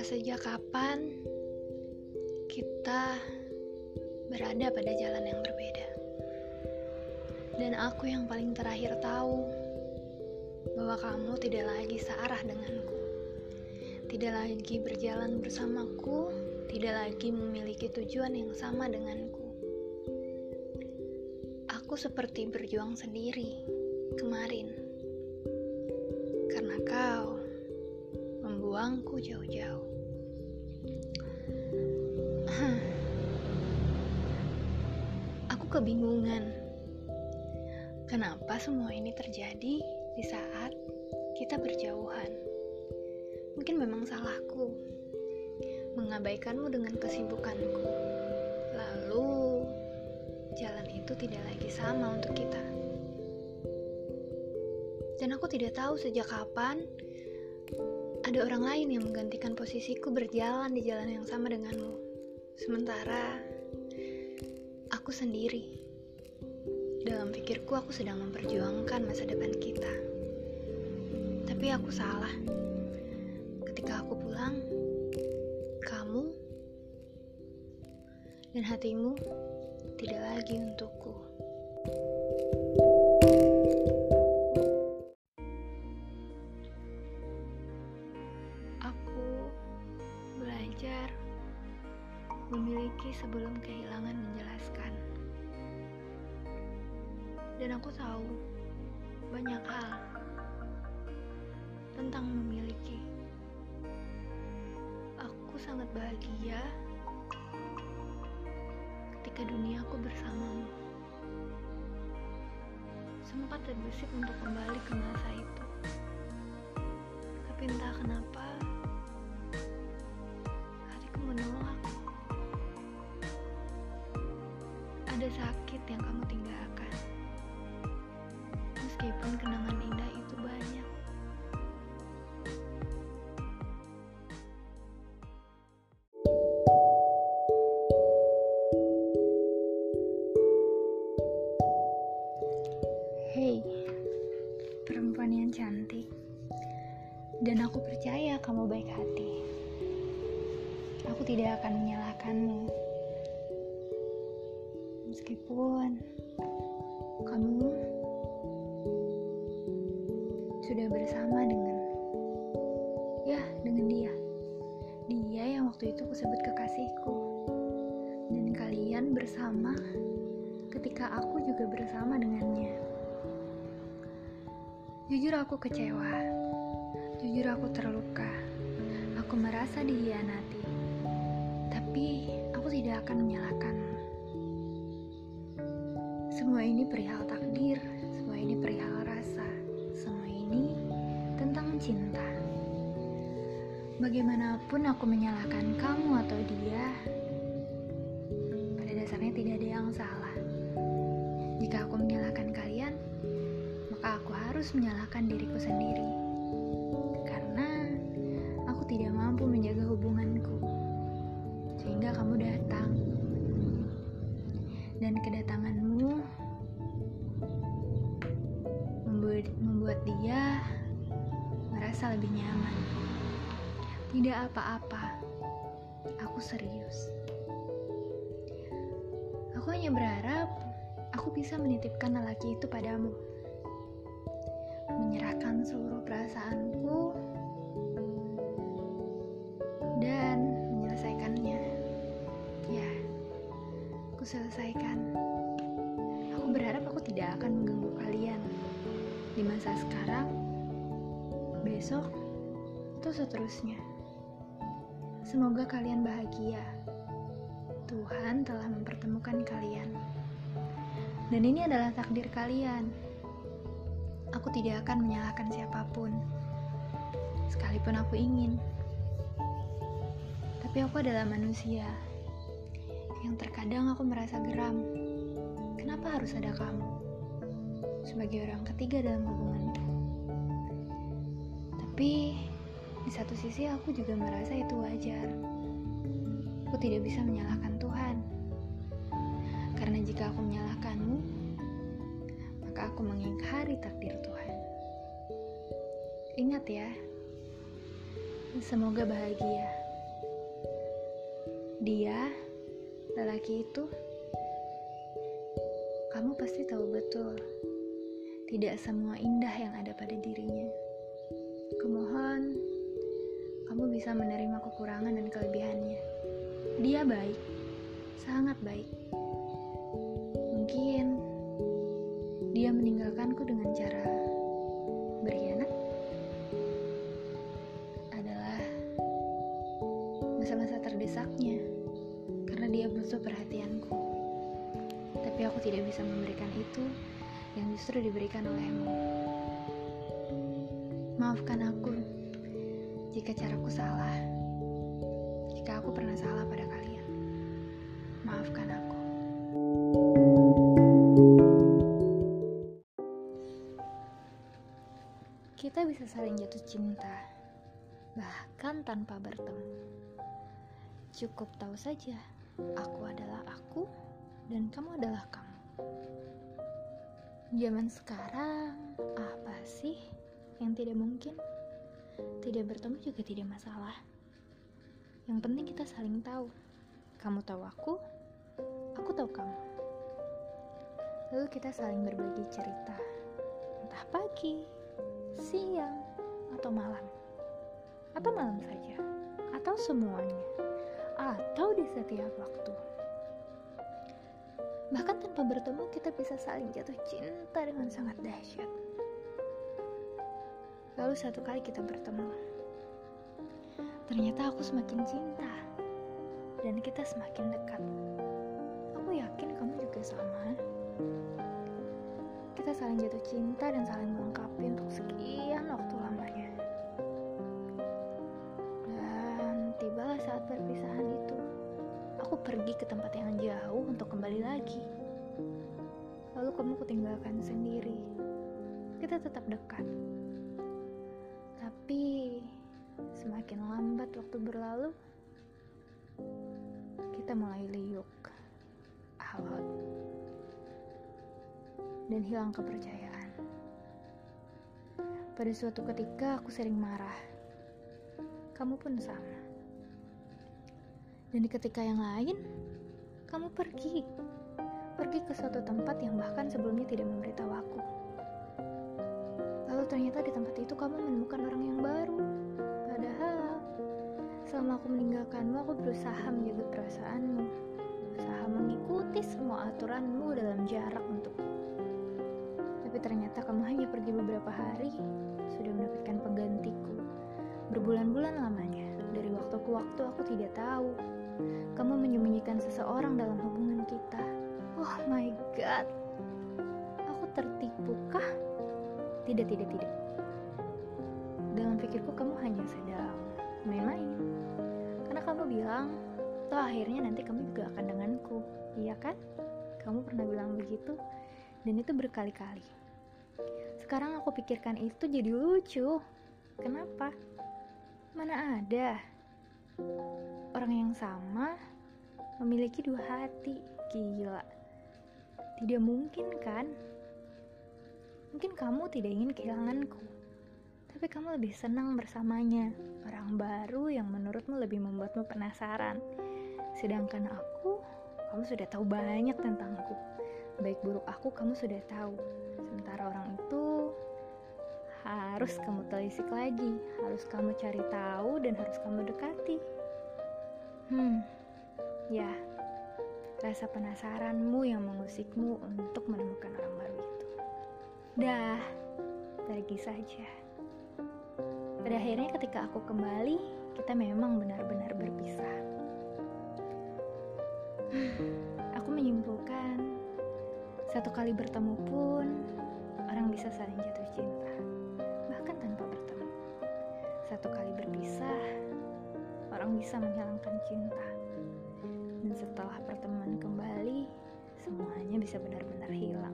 sejak kapan kita berada pada jalan yang berbeda. Dan aku yang paling terakhir tahu bahwa kamu tidak lagi searah denganku, tidak lagi berjalan bersamaku, tidak lagi memiliki tujuan yang sama denganku. Aku seperti berjuang sendiri kemarin, karena kau membuangku jauh-jauh. Aku kebingungan. Kenapa semua ini terjadi di saat kita berjauhan? Mungkin memang salahku mengabaikanmu dengan kesibukanku. Lalu jalan itu tidak lagi sama untuk kita. Dan aku tidak tahu sejak kapan ada orang lain yang menggantikan posisiku berjalan di jalan yang sama denganmu. Sementara aku sendiri. Dalam pikirku aku sedang memperjuangkan masa depan kita. Tapi aku salah. Ketika aku pulang, kamu dan hatimu tidak lagi untukku. Aku belajar memiliki sebelum kehilangan menjelaskan. Dan aku tahu banyak hal tentang memiliki. Aku sangat bahagia ketika duniaku bersamamu. Sempat terbesit untuk kembali ke masa itu. Tapi entah kenapa hatiku menolak. Ada sakit yang kamu tinggalkan. Meskipun kenangan indah itu banyak. Hei, perempuan yang cantik. Dan aku percaya kamu baik hati. Aku tidak akan menyalahkanmu. Meskipun kamu sudah bersama dengan dia yang waktu itu kusebut kekasihku, dan kalian bersama ketika aku juga bersama dengannya. Jujur aku kecewa, jujur aku terluka, aku merasa dihianati, tapi aku tidak akan menyalahkanmu. Semua ini perihal takdir, semua ini perihal rasa, semua ini tentang cinta. Bagaimanapun aku menyalahkan kamu atau dia, pada dasarnya tidak ada yang salah. Jika aku menyalahkan kalian, maka aku harus menyalahkan diriku sendiri. Karena aku tidak mampu menjaga hubunganku, sehingga kamu datang. Dan kedatanganmu membuat dia merasa lebih nyaman. Tidak apa-apa, aku serius. Aku hanya berharap aku bisa menitipkan lelaki itu padamu, menyerahkan seluruh perasaanku dan menyelesaikannya. Ya, aku selesaikan. Aku berharap aku tidak akan mengganggu kalian di masa sekarang, besok, atau seterusnya. Semoga kalian bahagia. Tuhan telah mempertemukan kalian. Dan ini adalah takdir kalian. Aku tidak akan menyalahkan siapapun, sekalipun aku ingin. Tapi aku adalah manusia yang terkadang aku merasa geram. Kenapa harus ada kamu sebagai orang ketiga dalam hubunganku? Tapi di satu sisi aku juga merasa itu wajar. Aku tidak bisa menyalahkan Tuhan. Karena jika aku menyalahkanmu, maka aku mengingkari takdir Tuhan. Ingat ya, semoga bahagia. Dia, lelaki itu, kamu pasti tahu betul, tidak semua indah yang ada pada dirinya. Kumohon, kamu bisa menerima kekurangan dan kelebihannya. Dia baik, sangat baik. Mungkin dia meninggalkanku dengan cara berkhianat. Adalah masa-masa terdesaknya, karena dia butuh perhatianku. Tapi aku tidak bisa memberikan itu yang justru diberikan olehmu. Maafkan aku jika caraku salah, jika aku pernah salah pada kalian. Maafkan aku. Kita bisa saling jatuh cinta, bahkan tanpa bertemu. Cukup tahu saja, aku adalah aku dan kamu adalah kamu. Zaman sekarang, apa sih yang tidak mungkin? Tidak bertemu juga tidak masalah. Yang penting kita saling tahu. Kamu tahu aku tahu kamu. Lalu kita saling berbagi cerita, entah pagi, siang, atau malam. Atau malam saja, atau semuanya, atau di setiap waktu. Bahkan tanpa bertemu kita bisa saling jatuh cinta dengan sangat dahsyat. Lalu satu kali kita bertemu, ternyata aku semakin cinta dan kita semakin dekat. Aku yakin kamu juga sama. Kita saling jatuh cinta dan saling melengkapi untuk sekian waktu lamanya. Dan tibalah saat perpisahan itu. Aku pergi ke tempat yang jauh untuk kembali lagi. Lalu kamu kutinggalkan sendiri. Kita tetap dekat. Tapi semakin lambat waktu berlalu, kita mulai liuk, alot, dan hilang kepercayaan. Pada suatu ketika aku sering marah. Kamu pun sama. Dan di ketika yang lain, kamu pergi ke suatu tempat yang bahkan sebelumnya tidak memberitahu aku. Lalu ternyata di tempat itu kamu menemukan orang yang baru. Padahal selama aku meninggalkanmu, aku berusaha menjaga perasaanmu, berusaha mengikuti semua aturanmu dalam jarak untukku. Tapi ternyata kamu hanya pergi beberapa hari, sudah mendapatkan penggantiku. Berbulan-bulan lamanya, dari waktu ke waktu aku tidak tahu. Kamu menyembunyikan seseorang dalam hubungan kita. Oh my god. Aku tertipukah? Tidak. Dalam pikirku kamu hanya sedang main-main. Karena kamu bilang, toh akhirnya nanti kamu juga akan denganku. Iya kan? Kamu pernah bilang begitu. Dan itu berkali-kali. Sekarang aku pikirkan itu jadi lucu. Kenapa? Mana ada orang yang sama memiliki dua hati. Gila. Tidak mungkin kan? Mungkin kamu tidak ingin kehilanganku, tapi kamu lebih senang bersamanya, orang baru yang menurutmu lebih membuatmu penasaran. Sedangkan aku, kamu sudah tahu banyak tentangku. Baik buruk aku kamu sudah tahu. Sementara orang itu harus kamu telisik lagi, harus kamu cari tahu dan harus kamu dekati. Ya, rasa penasaranmu yang mengusikmu untuk menemukan orang baru itu. Dah, pergi saja. Pada akhirnya ketika aku kembali, kita memang benar-benar berpisah. Aku menyimpulkan, satu kali bertemu pun, orang bisa saling jatuh cinta, bahkan tanpa bertemu. Satu kali berpisah, orang bisa menghilangkan cinta. Dan setelah pertemuan kembali, semuanya bisa benar-benar hilang.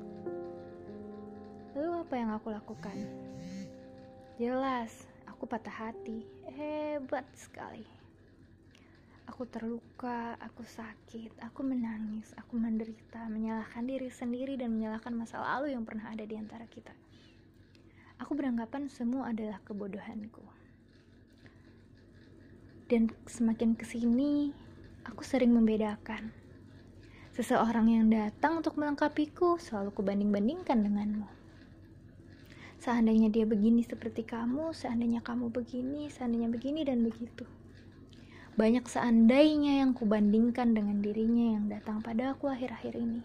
Lalu apa yang aku lakukan? Jelas, aku patah hati. Hebat sekali. Aku terluka, aku sakit, aku menangis, aku menderita, menyalahkan diri sendiri dan menyalahkan masa lalu yang pernah ada di antara kita. Aku beranggapan semua adalah kebodohanku. Dan semakin kesini, Aku sering membedakan. Seseorang yang datang untuk melengkapiku selalu kubanding-bandingkan denganmu. Seandainya dia begini seperti kamu, seandainya kamu begini, seandainya begini dan begitu. Banyak seandainya yang kubandingkan dengan dirinya yang datang pada aku akhir-akhir ini.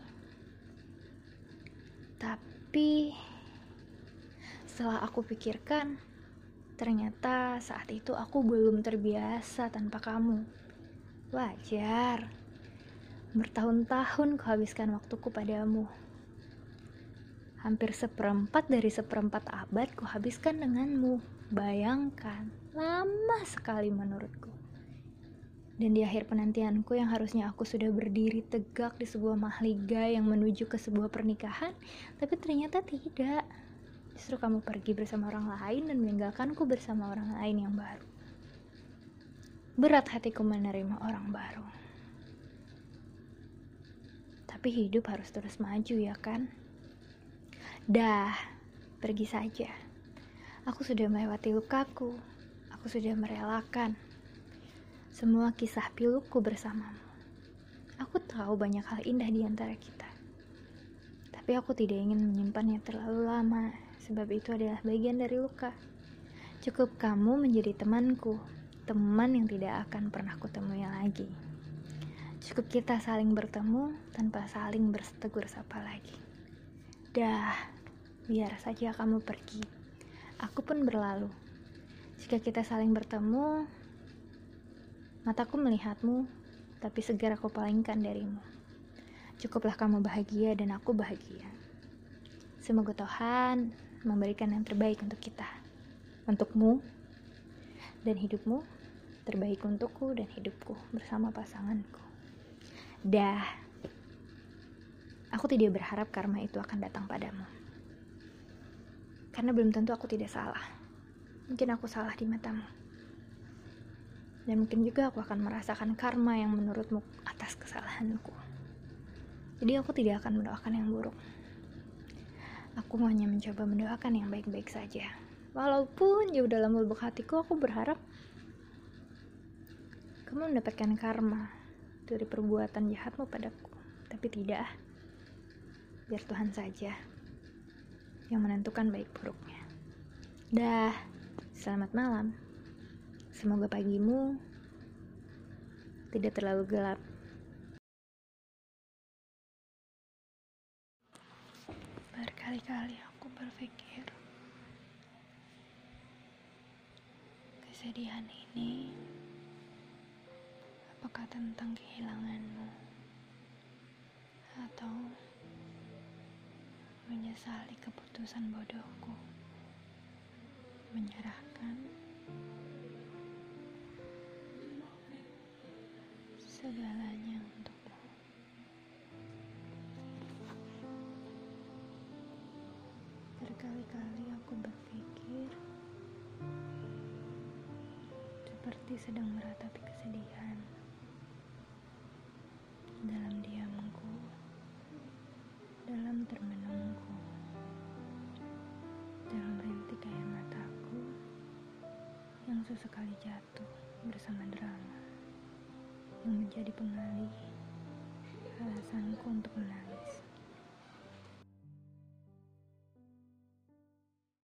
Tapi setelah aku pikirkan, ternyata saat itu aku belum terbiasa tanpa kamu. Wajar. Bertahun-tahun kuhabiskan waktuku padamu. Hampir seperempat dari seperempat abad kuhabiskan denganmu. Bayangkan, lama sekali menurutku. Dan di akhir penantianku yang harusnya aku sudah berdiri tegak di sebuah mahligai yang menuju ke sebuah pernikahan, tapi ternyata tidak. Justru kamu pergi bersama orang lain dan meninggalkanku bersama orang lain yang baru. Berat hatiku menerima orang baru. Tapi hidup harus terus maju, ya kan? Dah, pergi saja. Aku sudah melewati lukaku. Aku sudah merelakan semua kisah piluku bersamamu. Aku tahu banyak hal indah di antara kita. Tapi aku tidak ingin menyimpannya terlalu lama, sebab itu adalah bagian dari luka. Cukup kamu menjadi temanku, teman yang tidak akan pernah kutemui lagi. Cukup kita saling bertemu tanpa saling bertegur sapa lagi. Dah, biar saja kamu pergi. Aku pun berlalu. Jika kita saling bertemu, mataku melihatmu, tapi segera aku palingkan darimu. Cukuplah kamu bahagia dan aku bahagia. Semoga Tuhan memberikan yang terbaik untuk kita, untukmu, dan hidupmu, terbaik untukku dan hidupku bersama pasanganku. Dah. Aku tidak berharap karma itu akan datang padamu. Karena belum tentu aku tidak salah. Mungkin aku salah di matamu. Dan mungkin juga aku akan merasakan karma yang menurutmu atas kesalahanku. Jadi aku tidak akan mendoakan yang buruk. Aku hanya mencoba mendoakan yang baik-baik saja. Walaupun jauh dalam lubuk hatiku aku berharap kamu mendapatkan karma dari perbuatan jahatmu padaku. Tapi tidak. Biar Tuhan saja yang menentukan baik buruknya. Dah, selamat malam. Semoga pagimu tidak terlalu gelap. Berkali-kali aku berpikir, kesedihan ini apakah tentang kehilanganmu atau menyesali keputusan bodohku menyerahkan segalanya untukmu. Berkali-kali aku berpikir seperti sedang meratapi kesedihan dalam diamku, dalam termenungku, dalam rintik air mataku yang sesekali jatuh bersama drama yang menjadi pengalih alasanku untuk menangis.